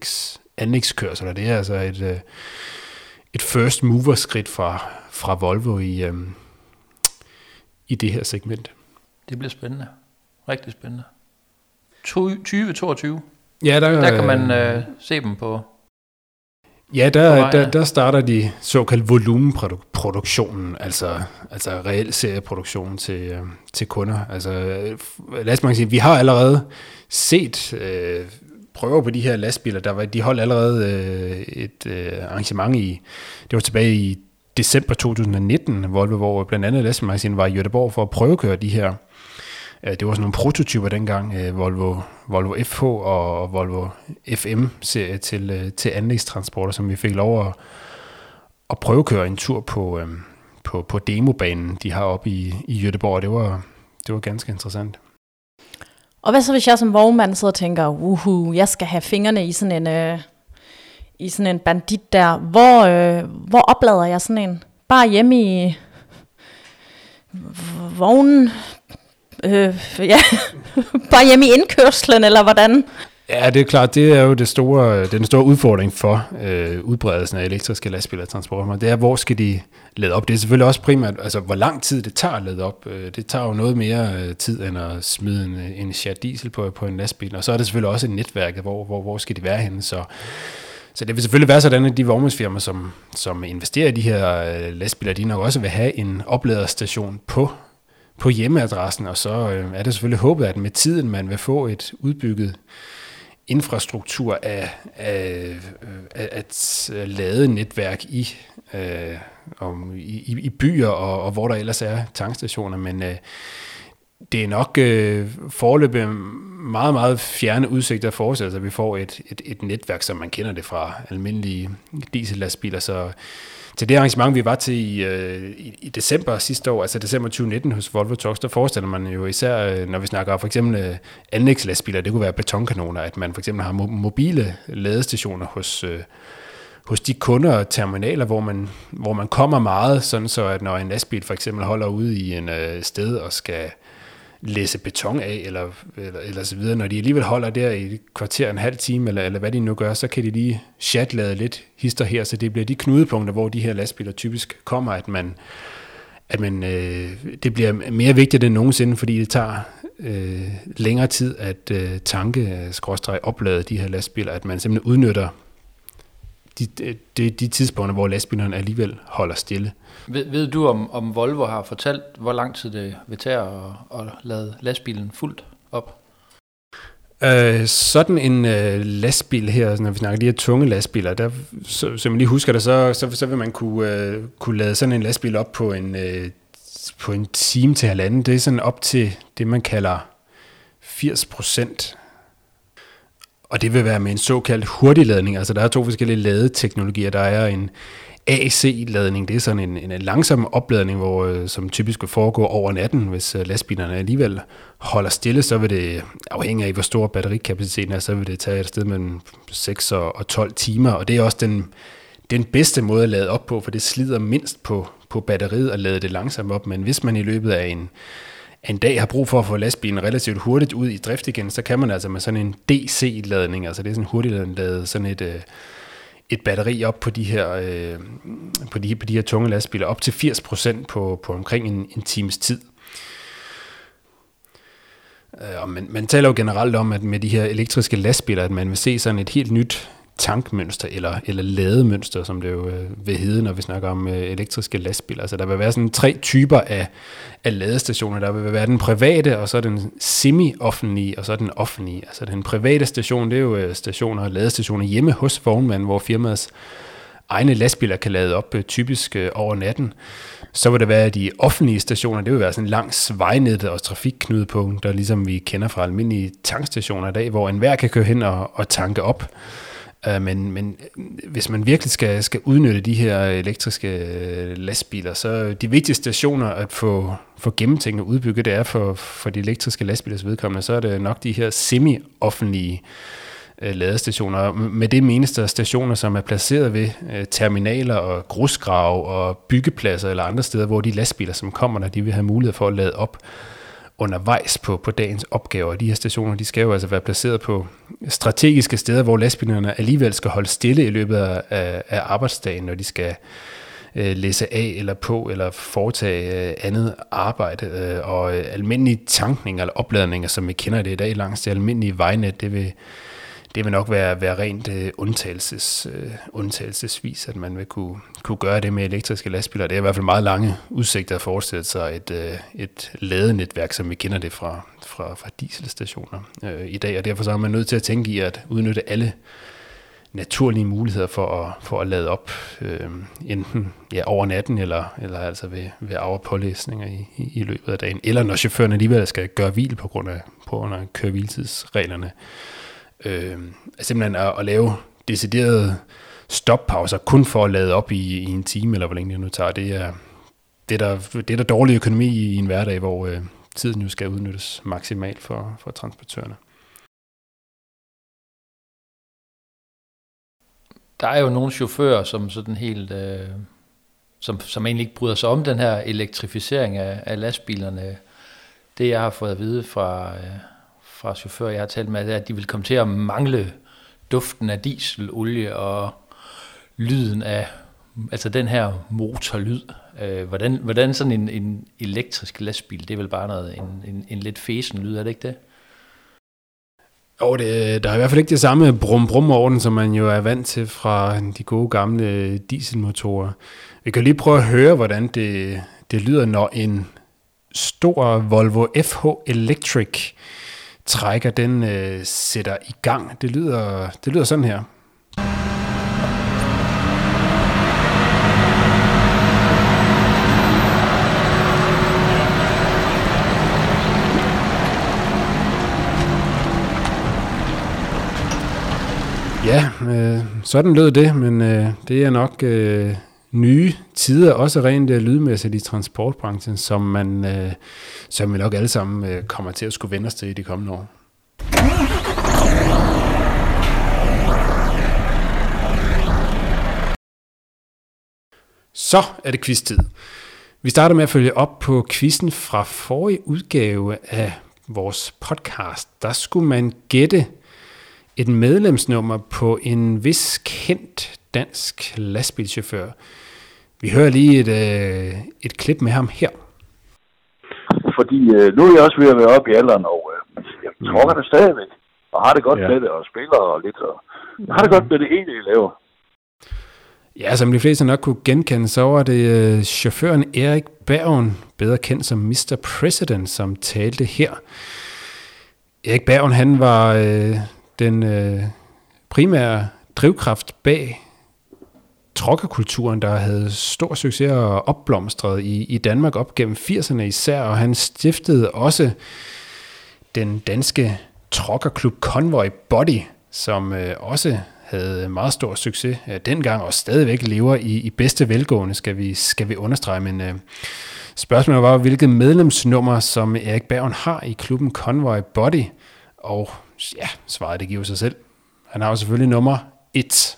anlægskørsel, og det er altså et, øh, et first mover skridt fra, fra Volvo i, øh, i det her segment. Det bliver spændende. Rigtig spændende. tyve toogtyve. Ja, der, der kan man øh, se dem på. Ja, der, der, der starter de såkaldt volumenproduktionen, altså, altså reel serieproduktion til, øh, til kunder. Altså, lad os sige, vi har allerede set øh, prøver på de her lastbiler. Der var, de holdt allerede øh, et øh, arrangement i, det var tilbage i december to tusind nitten, Volvo, hvor blandt andet lastbilmagasinet var i Göteborg for at prøvekøre de her. Det var sådan nogle prototyper dengang, Volvo, Volvo F H og Volvo F M-serie til, til anlægstransporter, som vi fik lov at, at prøvekøre en tur på, på, på demobanen, de har oppe i, i Göteborg. Det var, det var ganske interessant. Og hvad så, hvis jeg som vognmand sidder og tænker, uhu, jeg skal have fingrene i sådan en, øh, i sådan en bandit der. Hvor, øh, hvor oplader jeg sådan en? Bare hjemme i vognen? Øh, ja, bare hjemme i indkørslen, eller hvordan? Ja, det er klart, det er jo det store, den store udfordring for øh, udbredelsen af elektriske lastbiler og transporter. Det er, hvor skal de lade op? Det er selvfølgelig også primært, altså hvor lang tid det tager at lade op. Det tager jo noget mere tid, end at smide en, en chat diesel på, på en lastbil. Og så er det selvfølgelig også et netværk, hvor, hvor, hvor skal de være henne. Så, så det vil selvfølgelig være sådan, at de vognmandsfirmaer, som, som investerer i de her øh, lastbiler, de nok også vil have en opladerstation på på hjemmeadressen, og så øh, er det selvfølgelig håbet, at med tiden man vil få et udbygget infrastruktur af, af, af at lade netværk i, øh, om, i, i byer, og, og hvor der ellers er tankstationer, men øh, det er nok øh, foreløbig meget, meget fjerne udsigter at forestille sig, at vi får et, et, et netværk, som man kender det fra almindelige diesellastbiler, så til det arrangement, vi var til i, øh, i, i december sidste år, altså december tyve nitten hos Volvo Trucks, der forestiller man jo især, når vi snakker for eksempel øh, anlægslastbiler, det kunne være betonkanoner, at man for eksempel har mo- mobile ladestationer hos, øh, hos de kunder og terminaler, hvor man, hvor man kommer meget, sådan så at når en lastbil for eksempel holder ude i en øh, sted og skal læse beton af, eller, eller, eller så videre. Når de alligevel holder der i et kvarter, en halv time, eller, eller hvad de nu gør, så kan de lige chatlade lidt hister her, så det bliver de knudepunkter, hvor de her lastbiler typisk kommer, at man, at man øh, det bliver mere vigtigt end nogensinde, fordi det tager øh, længere tid at øh, tanke, skråstreg, oplade de her lastbiler, at man simpelthen udnytter de, de, de tidspunkter, hvor lastbilerne alligevel holder stille. Ved, ved du, om, om Volvo har fortalt, hvor lang tid det vil tage at, at lade lastbilen fuldt op? Øh, sådan en øh, lastbil her, når vi snakker de her tunge lastbiler, der, så, som jeg lige husker det, så, så, så vil man kunne, øh, kunne lade sådan en lastbil op på en, øh, på en time til halvanden. Det er sådan op til det, man kalder firs procent. Og det vil være med en såkaldt hurtigladning. Altså der er to forskellige ladeteknologier. Der er en A C-ladning, det er sådan en, en langsom opladning, hvor, som typisk vil foregå over natten. Hvis lastbilerne alligevel holder stille, så vil det, afhængig af hvor stor batterikapaciteten er, så vil det tage et sted mellem seks og tolv timer. Og det er også den, den bedste måde at lade op på, for det slider mindst på, på batteriet at lade det langsomt op. Men hvis man i løbet af en en dag har brug for at få lastbilen relativt hurtigt ud i drift igen, så kan man altså med sådan en D C-ladning, altså det er sådan hurtigt ladet sådan et, et batteri op på de her, på de, på de her tunge lastbiler, op til firs procent på, på omkring en, en times tid. Og man, man taler jo generelt om, at med de her elektriske lastbiler, at man vil se sådan et helt nyt tankmønster, eller, eller lademønster, som det jo øh, vil hedde, når vi snakker om øh, elektriske lastbiler. Altså der vil være sådan tre typer af, af ladestationer. Der vil være den private, og så den semi-offentlige, og så den offentlige. Altså den private station, det er jo øh, stationer og ladestationer hjemme hos vognmanden, hvor firmaets egne lastbiler kan lade op øh, typisk øh, over natten. Så vil der være de offentlige stationer, det vil være sådan langs vejnettet og trafikknudepunkter, ligesom vi kender fra almindelige tankstationer i dag, hvor enhver kan køre hen og, og tanke op. Uh, men, men hvis man virkelig skal, skal udnytte de her elektriske lastbiler, så de vigtigste stationer at få, få gennemtænkt og udbygget, det er for, for de elektriske lastbilers vedkommende, så er det nok de her semi-offentlige uh, ladestationer. Med det menes der stationer, som er placeret ved uh, terminaler og grusgrave og byggepladser eller andre steder, hvor de lastbiler, som kommer der, de vil have mulighed for at lade op undervejs på, på dagens opgaver. De her stationer, de skal jo altså være placeret på strategiske steder, hvor lastbilerne alligevel skal holde stille i løbet af, af, af arbejdsdagen, når de skal øh, læse af eller på, eller foretage øh, andet arbejde. Øh, og øh, almindelige tankninger eller opladninger, som vi kender det i dag langs det almindelige vejnet, det vil Det vil nok være, være rent uh, undtagelses, uh, undtagelsesvis, at man vil kunne, kunne gøre det med elektriske lastbiler. Det er i hvert fald meget lange udsigter at forestille sig et, uh, et ladenetværk, som vi kender det fra, fra, fra dieselstationer uh, i dag. Og derfor så er man nødt til at tænke i at udnytte alle naturlige muligheder for at, for at lade op, uh, enten ja, over natten, eller, eller altså ved, ved afpålæsninger i, i, i løbet af dagen. Eller når chaufføren alligevel skal gøre hvil på grund af, på grund af køre-hviletidsreglerne. Øh, simpelthen at, at lave deciderede stoppauser kun for at lade op i, i en time, eller hvor længe det nu tager, det er, det er, der, det er der dårlig økonomi i, i en hverdag, hvor øh, tiden jo skal udnyttes maksimalt for, for transportørerne. Der er jo nogle chauffører, som sådan helt, øh, som, som egentlig ikke bryder sig om den her elektrificering af, af lastbilerne. Det jeg har fået at vide fra... Øh, fra chauffører, jeg har talt med, er, at de vil komme til at mangle duften af dieselolie og lyden af, altså den her motorlyd. Øh, hvordan, hvordan sådan en, en elektrisk lastbil, det er vel bare noget, en, en, en lidt fesen lyd, er det ikke det? Jo, det, der er i hvert fald ikke det samme brum-brum-orden, som man jo er vant til fra de gode gamle dieselmotorer. Vi kan lige prøve at høre, hvordan det, det lyder, når en stor Volvo F H Electric trækker, den øh, sætter i gang. Det lyder, det lyder sådan her. Ja, øh, sådan lød det, men øh, det er nok øh, nye tider, også rent øh, lydmæssigt i transportbranchen, som man øh, som vi nok alle sammen øh, kommer til at skulle vende os til i de kommende år. Så er det quiz-tid. Vi starter med at følge op på quizzen fra forrige udgave af vores podcast. Der skulle man gætte et medlemsnummer på en vis kendt dansk lastbilchauffør. Vi hører lige et, øh, et klip med ham her. Fordi øh, nu er jeg også ved at være oppe i alderen, og øh, jeg tråkker det stadigvæk, og har det godt ja. med det, og spiller og lidt, og jeg har det godt med det ene, jeg laver. Ja, som de fleste nok kunne genkende, så var det øh, chaufføren Erik Bergen, bedre kendt som mister President, som talte her. Erik Bergen, han var øh, den øh, primære drivkraft bag truckerkulturen, der havde stor succes og opblomstret i, i Danmark op gennem firserne især, og han stiftede også den danske truckerklub Convoy Body, som øh, også havde meget stor succes øh, dengang, og stadigvæk lever i, i bedste velgående, skal vi, skal vi understrege. Men øh, spørgsmålet var, hvilket medlemsnummer, som Erik Bergen har i klubben Convoy Body, og ja, svaret det giver sig selv. Han har jo selvfølgelig nummer et.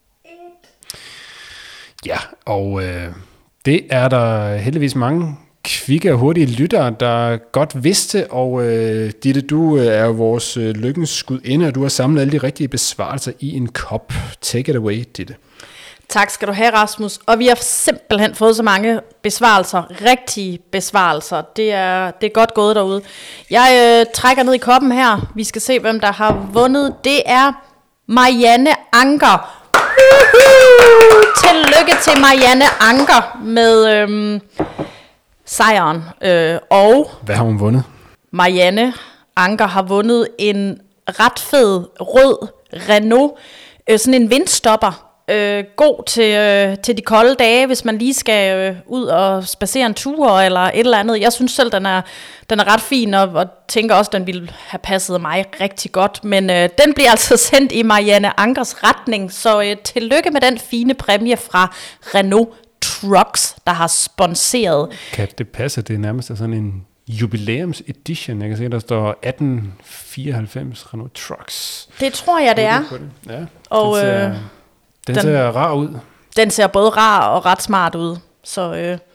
Ja, og øh, det er der heldigvis mange kvikke og hurtige lyttere, der godt vidste, og øh, Ditte, du er jo vores øh, lykkens skudinde, og du har samlet alle de rigtige besvarelser i en kop. Take it away, Ditte. Tak skal du have, Rasmus. Og vi har simpelthen fået så mange besvarelser, rigtige besvarelser. Det er, det er godt gået derude. Jeg øh, trækker ned i koppen her. Vi skal se, hvem der har vundet. Det er Marianne Anker. Tillykke til Marianne Anker med øhm, sejren. Øh, og hvad har hun vundet? Marianne Anker har vundet en ret fed rød Renault. Øh, sådan en vindstopper. Øh, god til, øh, til de kolde dage, hvis man lige skal øh, ud og spacere en tur eller et eller andet. Jeg synes selv, den er, den er ret fin, og, og tænker også, den ville have passet mig rigtig godt. Men øh, den bliver altså sendt i Marianne Ankers retning, så øh, tillykke med den fine præmie fra Renault Trucks, der har sponsoreret. Kan det passe? Det er nærmest sådan en jubilæums edition. Jeg kan se, der står atten fireoghalvfems Renault Trucks. Det tror jeg, det er. Ja, og den ser, øh, den den, ser rar ud. Den ser både rar og ret smart ud. Så, øh,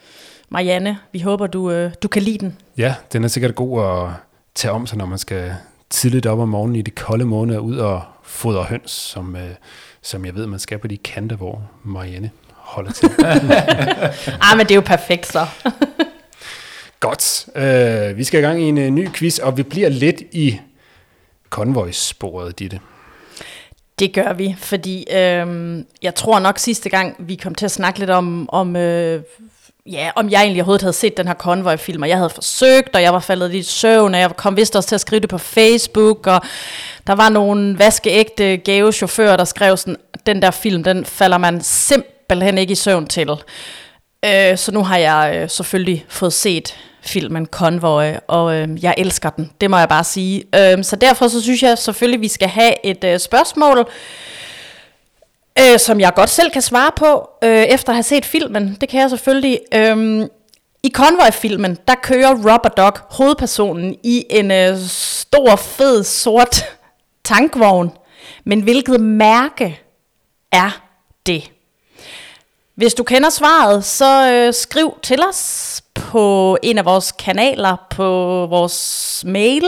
Marianne. Vi håber, du, øh, du kan lide den. Ja, den er sikkert god at tage om sig, når man skal tidligt op om morgenen i de kolde måneder ud og fodre høns, som, øh, som jeg ved, man skal på de kanter, hvor Marianne holder til. ah, men det er jo perfekt så. Godt. Uh, vi skal i gang i en uh, ny quiz, og vi bliver lidt i Convoy-sporet, Ditte. Det gør vi, fordi øh, jeg tror nok sidste gang, vi kom til at snakke lidt om, om, øh, ja, om jeg egentlig overhovedet havde set den her Convoy-film, og jeg havde forsøgt, og jeg var faldet lidt i søvn, og jeg kom vist også til at skrive det på Facebook, og der var nogle vaskeægte gavechauffører, der skrev sådan, den der film, den falder man simpelthen ikke i søvn til. Øh, så nu har jeg øh, selvfølgelig fået set filmen Convoy, og øh, jeg elsker den, det må jeg bare sige. Øh, så derfor så synes jeg selvfølgelig, vi skal have et øh, spørgsmål, øh, som jeg godt selv kan svare på, øh, efter at have set filmen. Det kan jeg selvfølgelig. Øh, I Convoy-filmen, der kører Rubber Dog, hovedpersonen, i en øh, stor, fed, sort tankvogn. Men hvilket mærke er det? Hvis du kender svaret, så øh, skriv til os på en af vores kanaler, på vores mail.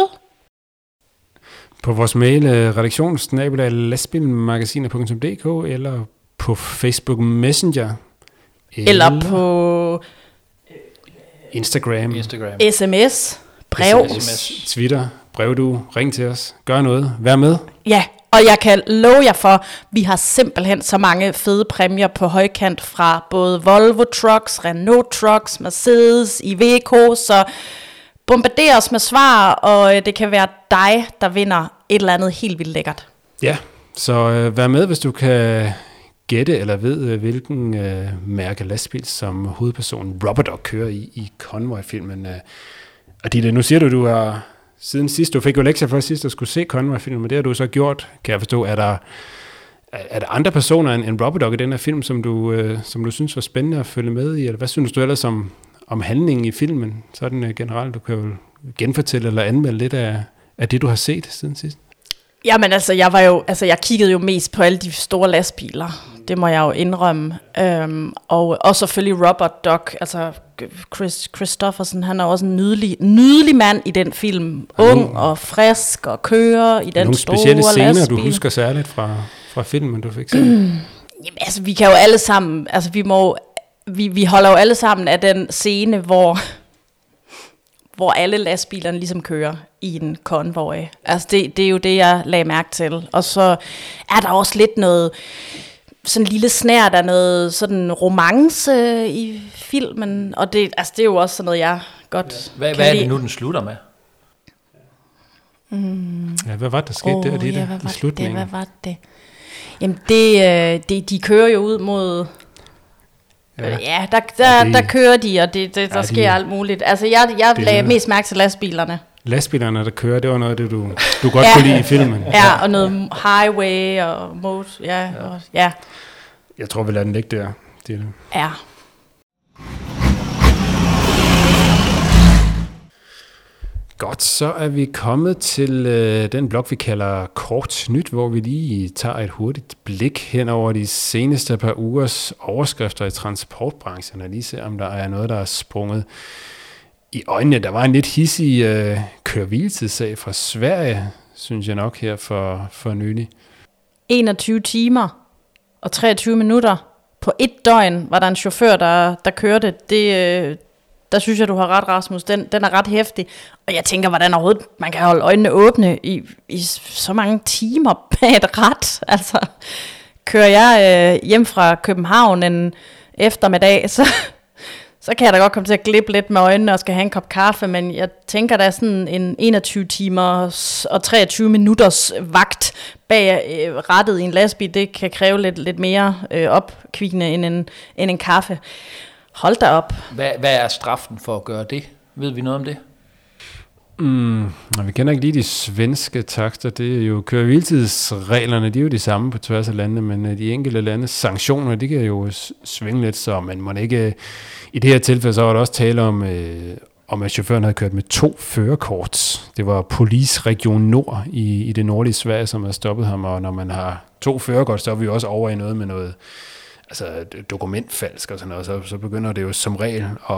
På vores mail, redaktionsnabelag lastbilmagasinet punktum d k, eller på Facebook Messenger. Eller, eller på Instagram. Instagram. sms, brev. S M S, Twitter, brev du, ring til os, gør noget, vær med. Ja, og jeg kan love jer for, vi har simpelthen så mange fede præmier på højkant fra både Volvo Trucks, Renault Trucks, Mercedes, Iveco, så bombarder os med svar, og det kan være dig, der vinder et eller andet helt vildt lækkert. Ja, så øh, vær med, hvis du kan gætte eller ved, øh, hvilken øh, mærke lastbil, som hovedpersonen Rubber Dog kører i, i Convoy-filmen. Øh. Og Ditte, nu siger du, du har siden sidst, du fik jo lektier for sidst, at skulle se Convoy-filmen, men det har du så gjort, kan jeg forstå. Er der, er der andre personer end, end Rubber Dog i den her film, som du, øh, som du synes var spændende at følge med i? Eller hvad synes du ellers om, om handlingen i filmen? Sådan øh, generelt, du kan jo genfortælle eller anmelde lidt af, af det, du har set siden sidst. Jamen altså, jeg var jo, altså jeg kiggede jo mest på alle de store lastbiler. Det må jeg jo indrømme. Øhm, og, og selvfølgelig Robert Dog, altså Chris Christopherson, han er også en nydelig, nydelig mand i den film. Ung og frisk og kører i den nogle store specielle scener, lastbil. du husker særligt fra, fra filmen, du fik set? Jamen altså, vi kan jo alle sammen, altså vi må, vi, vi holder jo alle sammen af den scene, hvor... hvor alle lastbilerne ligesom kører i en konvoj. Altså det, det er jo det, jeg lagde mærke til. Og så er der også lidt noget, sådan en lille snært af noget sådan romance i filmen. Og det, altså det er jo også sådan noget, jeg godt Hvad, kan hvad er det lide. nu, den slutter med? Mm. Ja, hvad var det, der skete oh, der det ja, der, hvad i var slutningen? Det, hvad var det? Jamen det, det, de kører jo ud mod... Ja, ja der, der, det, der kører de, og det, det, der ja, sker de, alt muligt. Altså, jeg, jeg det, lagde mest mærke til lastbilerne. Lastbilerne, der kører, det var noget af det, du, du godt ja. kunne lide i filmen. Ja, og noget highway og mode, ja. Ja. Og, ja. Jeg tror, vi lader den ligge der. Det er det. Ja. Godt, så er vi kommet til øh, den blog, vi kalder Kort Nyt, hvor vi lige tager et hurtigt blik hen over de seneste par ugers overskrifter i transportbranchen, og lige se, om der er noget, der er sprunget i øjnene. Der var en lidt hissig øh, køre-hviletidssag fra Sverige, synes jeg nok, her for, for nylig. enogtyve timer og treogtyve minutter på et døgn var der en chauffør, der, der kørte. Det... Øh, Der synes jeg, du har ret, Rasmus. Den, den er ret heftig. Og jeg tænker, hvordan overhovedet man kan holde øjnene åbne i, i så mange timer bag et rat. Altså, kører jeg øh, hjem fra København en eftermiddag, så, så kan jeg da godt komme til at glippe lidt med øjnene og skal have en kop kaffe. Men jeg tænker, der er sådan en enogtyve timers og treogtyve minutters vagt bag øh, rattet i en lastbil. Det kan kræve lidt, lidt mere øh, opkvikkende end en, end en kaffe. Hold da op. Hvad, hvad er straffen for at gøre det? Ved vi noget om det? Mm, vi kender ikke lige de svenske takster. Det er jo køre-hviletidsreglerne, de er jo de samme på tværs af landene, men de enkelte landes sanktioner, de kan jo svinge lidt, så man må ikke... I det her tilfælde, så var der også tale om, øh, om at chaufføren havde kørt med to førerkort. Det var Police Region Nord i, i det nordlige Sverige, som havde stoppet ham, og når man har to førerkort, så er vi jo også over i noget med noget... altså dokumentfalsk og sådan noget, så, så begynder det jo som regel at,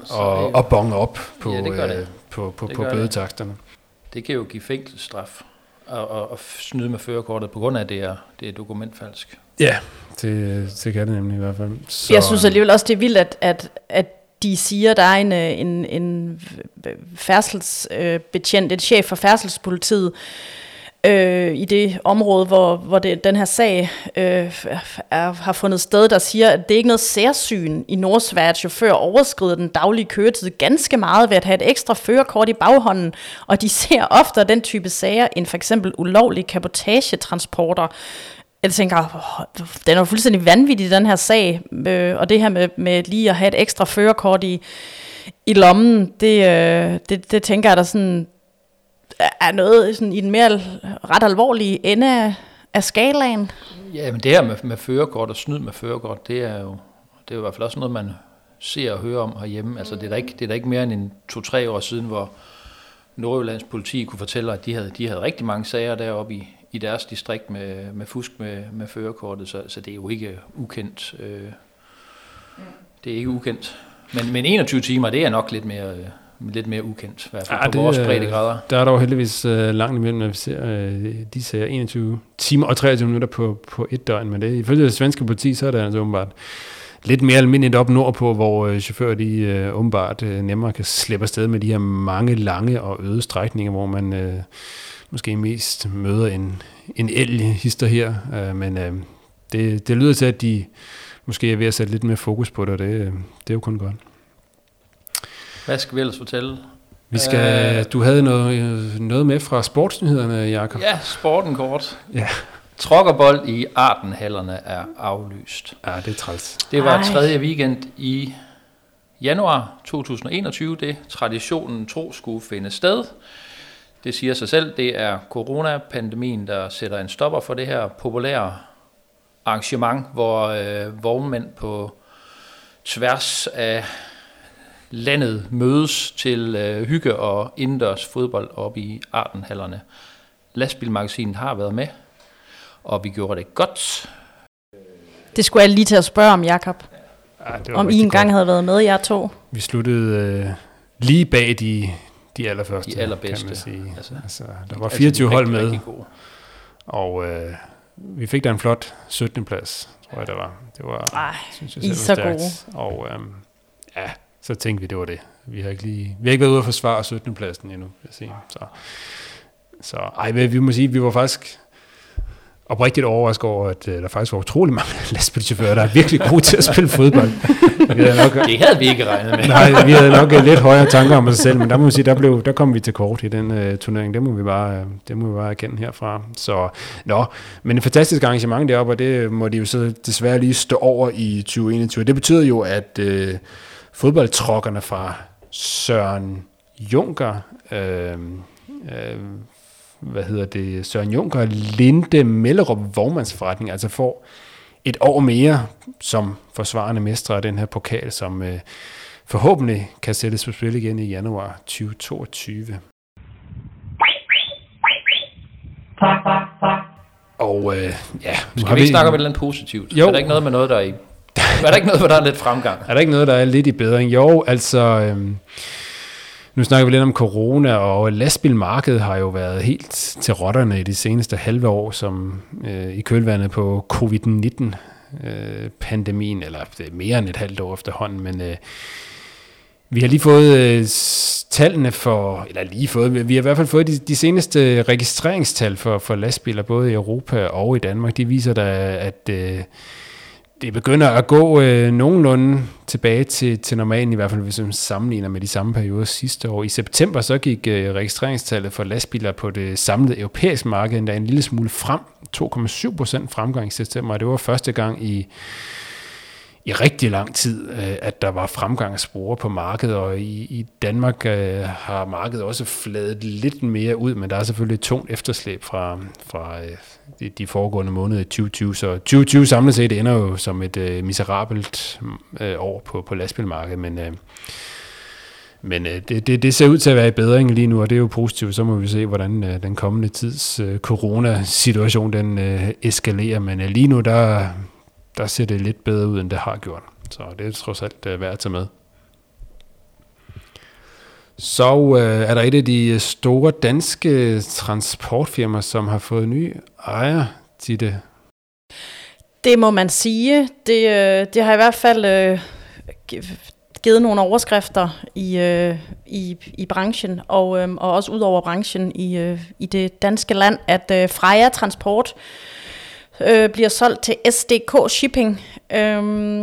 og, og bonge op på, ja, det øh, på, på, det på bødetaksterne. Det. det kan jo give fængselsstraf og, og, og snyde med førerkortet på grund af, at det er, det er dokumentfalsk. Ja, det, det kan det nemlig i hvert fald. Så, jeg synes alligevel også, det er vildt, at, at, at de siger, der er en, en, en færdselsbetjent, et chef for færdselspolitiet, øh, i det område, hvor, hvor det, den her sag øh, er, har fundet sted, der siger, at det er ikke noget særsyn i Nordsverige, at chauffører overskrider den daglige køretid ganske meget ved at have et ekstra førerkort i baghånden, og de ser ofte den type sager end for eksempel ulovlige cabotagetransporter. Jeg tænker, den er jo fuldstændig vanvittig, den her sag, øh, og det her med, med lige at have et ekstra førerkort i, i lommen, det, øh, det, det tænker jeg, der sådan er noget sådan i den mere ret alvorlige ende af, af skalaen. Ja, men det her med, med førerkort og snyd med førerkort, det er jo det er jo i hvert fald også noget, man ser og hører om herhjemme. Altså, det er da ikke, det er da ikke mere end en to-tre år siden, hvor Nordjyllands politi kunne fortælle, at de havde, de havde rigtig mange sager deroppe i, i deres distrikt med, med fusk med, med førerkortet, så, så det er jo ikke ukendt. Øh, det er ikke ukendt. Men, men enogtyve timer, det er nok lidt mere... Øh, lidt mere ukendt, i hvert fald ja, på vores breddegrader. Der er dog heldigvis uh, langt imellem, når vi ser uh, de sager enogtyve timer og treogtyve minutter på, på et døgn, men det, ifølge det svenske politi, så er det altså åbenbart lidt mere almindeligt op nordpå, hvor uh, chauffører de uh, åbenbart uh, nemmere kan slippe afsted med de her mange lange og øde strækninger, hvor man uh, måske mest møder en, en elghister her, uh, men uh, det, det lyder til, at de måske er ved at sætte lidt mere fokus på det, og det, uh, det er jo kun godt. Hvad skal vi ellers fortælle? Vi skal, uh, du havde noget, noget med fra sportsnyhederne, Jakob. Ja, sporten kort. Ja. Tråkkerbold i Ardenhallerne er aflyst. Ja, det er træls. Det var tredje weekend i januar to tusind og enogtyve, det traditionen tro skulle finde sted. Det siger sig selv, det er coronapandemien, der sætter en stopper for det her populære arrangement, hvor øh, vognmænd på tværs af landet mødes til øh, hygge og indendørs fodbold op i Ardenhallerne. Lastbilmagasinet har været med, og vi gjorde det godt. Det skulle jeg lige til at spørge om, Jakob. Ja, om I engang havde været med, jer to. Vi sluttede øh, lige bag de, de allerførste, de allerbedste, kan man sige. Altså, altså, der var fireogtyve altså, hold med, rigtig, rigtig og øh, vi fik da en flot syttende plads, tror jeg, der var. Det var, Ej, synes jeg, I er så gode. Og øh, ja, så tænkte vi, det var det. Vi har ikke lige, vi har ikke været ude at forsvare syttende pladsen endnu, vil jeg sige. Så, så ej, vi må sige, vi var faktisk oprigtigt overrasket over, at uh, der faktisk var utrolig mange lastbilchauffører, der er virkelig gode til at spille fodbold. Vi havde nok, det havde vi ikke regnet med. Nej, vi havde nok lidt højere tanker om os selv, men der må man sige, der, blev, der kom vi til kort i den uh, turnering. Det må vi bare, uh, det må vi bare erkende herfra. Så, nå, men et fantastisk arrangement deroppe, og det må de jo så desværre lige stå over i tyve enogtyve. Det betyder jo, at uh, fodboldtrokkerne fra Søren Juncker, øh, øh, hvad hedder det, Søren Juncker Linde Mellerup Vognmandsforretning, altså får et år mere som forsvarende mestre af den her pokal, som øh, forhåbentlig kan sættes på spil igen i januar tyve toogtyve. Og øh, ja, skal vi ikke snakke om et eller andet positivt? Jo. Er der ikke noget med noget, der er i er der ikke noget, hvor der er lidt fremgang? Er der ikke noget, der er lidt i bedring? Jo, altså, øhm, nu snakker vi lidt om corona, og lastbilmarkedet har jo været helt til rotterne i de seneste halve år, som øh, i kølvandet på covid nitten pandemien, eller det er mere end et halvt år efterhånden, men øh, vi har lige fået øh, tallene for, eller lige fået, vi har i hvert fald fået de, de seneste registreringstal for, for lastbiler, både i Europa og i Danmark. De viser da, at øh, det begynder at gå øh, nogenlunde tilbage til, til normalen, i hvert fald hvis man sammenligner med de samme perioder sidste år. I september så gik øh, registreringstallet for lastbiler på det samlede europæiske marked endda en lille smule frem. to komma syv procent fremgang i september, og det var første gang i, i rigtig lang tid, øh, at der var fremgang af spore på markedet, og i, i Danmark øh, har markedet også fladet lidt mere ud, men der er selvfølgelig et tungt efterslæb fra, fra øh, de, de foregående måneder i tyve tyve, så tyve tyve samlet set ender jo som et øh, miserabelt øh, år på, på lastbilmarkedet, men, øh, men øh, det, det, det ser ud til at være i bedring lige nu, og det er jo positivt. Så må vi se, hvordan øh, den kommende tids øh, coronasituation den øh, eskalerer, men øh, lige nu der der ser det lidt bedre ud, end det har gjort. Så det er trods alt uh, værd at tage med. Så øh, er der et af de store danske transportfirmaer, som har fået ny ejer til det. Det må man sige. Det, øh, det har i hvert fald øh, givet nogle overskrifter i, øh, i, i branchen, og, øh, og også ud over branchen i, øh, i det danske land, at øh, Freja Transport øh, bliver solgt til S D K Shipping øh,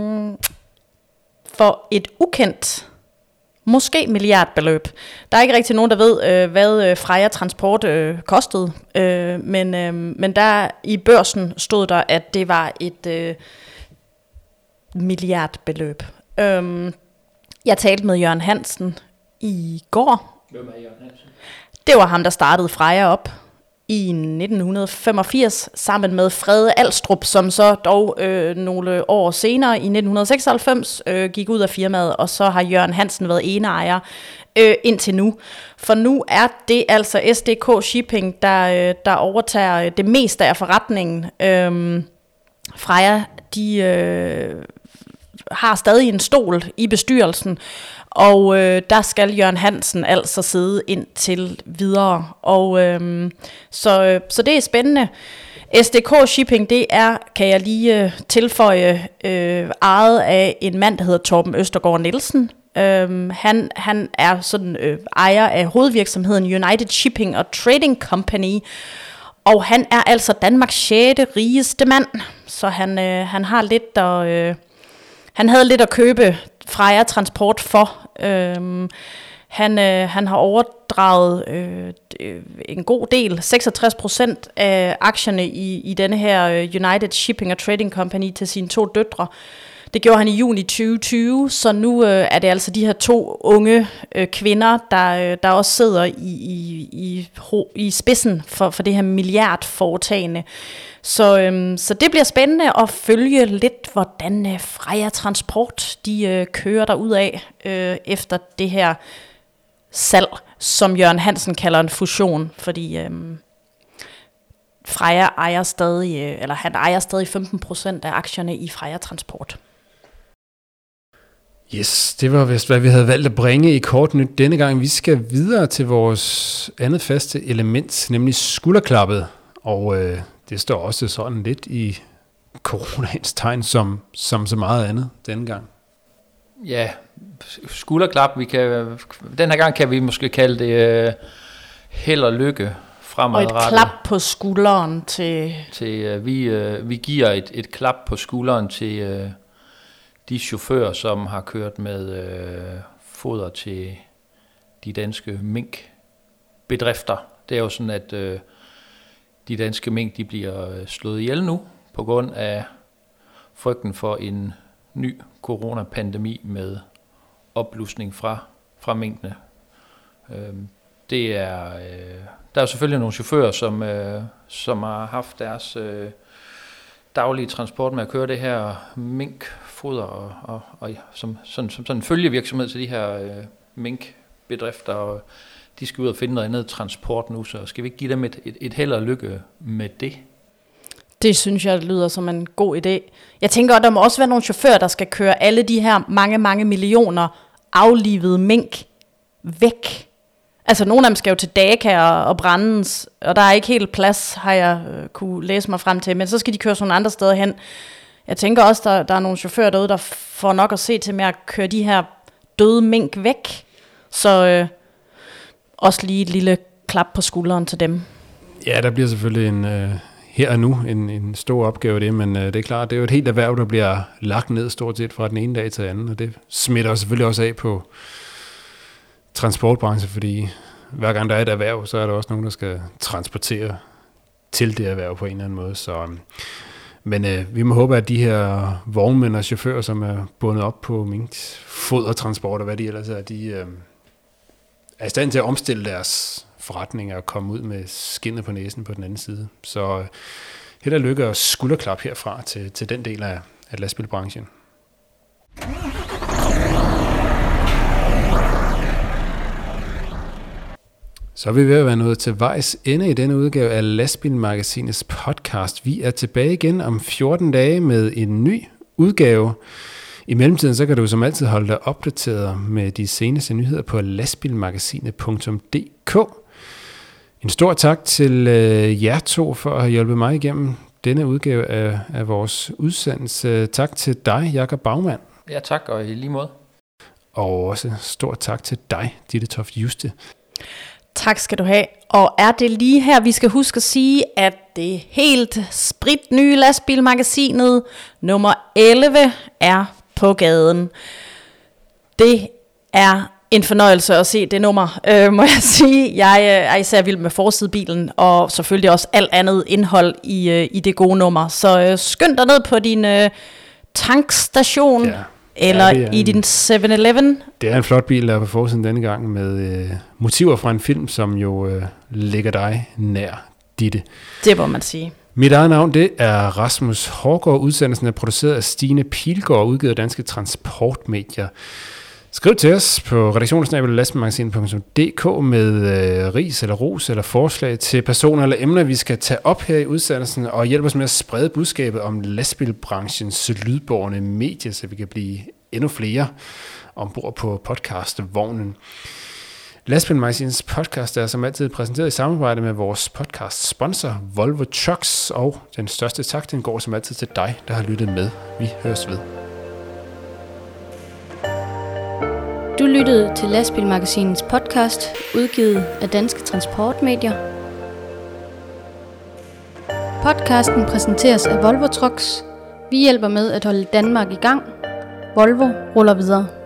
for et ukendt, måske milliardbeløb. Der er ikke rigtig nogen, der ved, øh, hvad øh, Freja Transport øh, kostede, øh, men, øh, men der i børsen stod der, at det var et øh, milliardbeløb. Øh, jeg talte med Jørgen Hansen i går. Hvem er Jørgen Hansen? Det var ham, der startede Freja op i nitten femogfirs sammen med Frede Alstrup, som så dog øh, nogle år senere i nitten seksoghalvfems øh, gik ud af firmaet, og så har Jørgen Hansen været eneejer øh, indtil nu. For nu er det altså S D K Shipping, der, øh, der overtager det meste af forretningen. Øh, Freja, de øh, har stadig en stol i bestyrelsen, og øh, der skal Jørgen Hansen altså sidde indtil videre. Og øh, så, øh, så det er spændende. S D K Shipping, det er, kan jeg lige øh, tilføje, øh, ejet af en mand, der hedder Torben Østergaard Nielsen. Øh, han, han er sådan øh, ejer af hovedvirksomheden United Shipping og Trading Company, og han er altså Danmarks sjette rigeste mand. Så han, øh, han har lidt at, øh, han havde lidt at købe Freja Transport for. Øhm, han, øh, han har overdraget øh, en god del, seksogtres procent af aktierne i, i denne her United Shipping og Trading Company til sine to døtre. Det gjorde han i juni tyve tyve, så nu øh, er det altså de her to unge øh, kvinder, der, der også sidder i, i, i, i spidsen for, for det her milliardforetagende. Så, øhm, så det bliver spændende at følge lidt, hvordan øh, Freja Transport de øh, kører derudad øh, efter det her salg, som Jørgen Hansen kalder en fusion, fordi øh, Freja ejer stadig, øh, eller han ejer stadig femten procent af aktierne i Freja Transport. Yes, det var vist, hvad vi havde valgt at bringe i kort nyt denne gang. Vi skal videre til vores andet faste element, nemlig skulderklappet, og øh, det står også sådan lidt i coronaens tegn, som, som så meget andet denne gang. Ja, skulderklap, vi kan, den her gang kan vi måske kalde det øh, held og lykke fremadrettet. Og et klap på skulderen til... til øh, vi, øh, vi giver et, et klap på skulderen til øh, de chauffører, som har kørt med øh, foder til de danske minkbedrifter. Det er jo sådan, at øh, de danske mink, de bliver slået ihjel nu på grund af frygten for en ny coronapandemi med opblusning fra, fra minkene. Det er, der er selvfølgelig nogle chauffører, som, som har haft deres daglige transport med at køre det her minkfoder, og, og, og som, sådan, som sådan en følgevirksomhed til de her minkbedrifter, og de skal ud og finde noget andet transport nu, så skal vi ikke give dem et, et, et held og lykke med det? Det synes jeg lyder som en god idé. Jeg tænker, at der må også være nogle chauffører, der skal køre alle de her mange, mange millioner aflivede mink væk. Altså nogle af dem skal jo til Daka og, og brændes, og der er ikke helt plads, har jeg øh, kunne læse mig frem til, men så skal de køre sådan nogle andre steder hen. Jeg tænker også, der, der er nogle chauffører derude, der får nok at se til med at køre de her døde mink væk. Så øh, også lige et lille klap på skulderen til dem. Ja, der bliver selvfølgelig en... Øh her og nu en, en stor opgave det, men øh, det er klart, det er jo et helt erhverv, der bliver lagt ned stort set fra den ene dag til den anden, og det smitter selvfølgelig også af på transportbranchen, fordi hver gang der er et erhverv, så er der også nogen, der skal transportere til det erhverv på en eller anden måde. Så, men øh, vi må håbe, at de her vognmænd og chauffører, som er bundet op på minks fodertransport og hvad de ellers er, de øh, er i stand til at omstille deres forretninger og komme ud med skinnet på næsen på den anden side. Så øh, held og lykke og skulderklap herfra til, til den del af, af lastbilbranchen. Så er vi ved at være nået til vejs ende i denne udgave af Lastbilmagasinets podcast. Vi er tilbage igen om fjorten dage med en ny udgave. I mellemtiden så kan du som altid holde dig opdateret med de seneste nyheder på lastbilmagasinet punktum d k. En stor tak til øh, jer to for at have hjulpet mig igennem denne udgave af, af vores udsendelse. Tak til dig, Jakob Baumann. Ja, tak, og i lige måde. Og også stor tak til dig, Ditte Toft Juste. Tak skal du have. Og er det lige her, vi skal huske at sige, at det helt spritnye lastbilmagasinet nummer elleve er på gaden. Det er en fornøjelse at se det nummer, øh, må jeg sige. Jeg er især vild med forsidebilen, og selvfølgelig også alt andet indhold i, øh, i det gode nummer. Så øh, skynd dig ned på din øh, tankstation, ja. eller ja, i din seven eleven. Det er en flot bil, der er på forsiden denne gang, med øh, motiver fra en film, som jo øh, ligger dig nær, Ditte. Det må man sige. Mit eget navn, det er Rasmus Hårgaard. Udsendelsen er produceret af Stine Pilgaard og udgivet af Danske Transportmedier. Skriv til os på redaktionssnabel-a lastbilmagasinet punktum d k med øh, ris eller ros eller forslag til personer eller emner, vi skal tage op her i udsendelsen, og hjælp os med at sprede budskabet om lastbilbranchens lydbårne medier, så vi kan blive endnu flere ombord på podcastvognen. Lastbilmagasinets podcast er som altid præsenteret i samarbejde med vores podcast sponsor Volvo Trucks, og den største tak, den går som altid til dig, der har lyttet med. Vi høres ved. Du lyttede til Lastbilmagasinets podcast, udgivet af Danske Transportmedier. Podcasten præsenteres af Volvo Trucks. Vi hjælper med at holde Danmark i gang. Volvo ruller videre.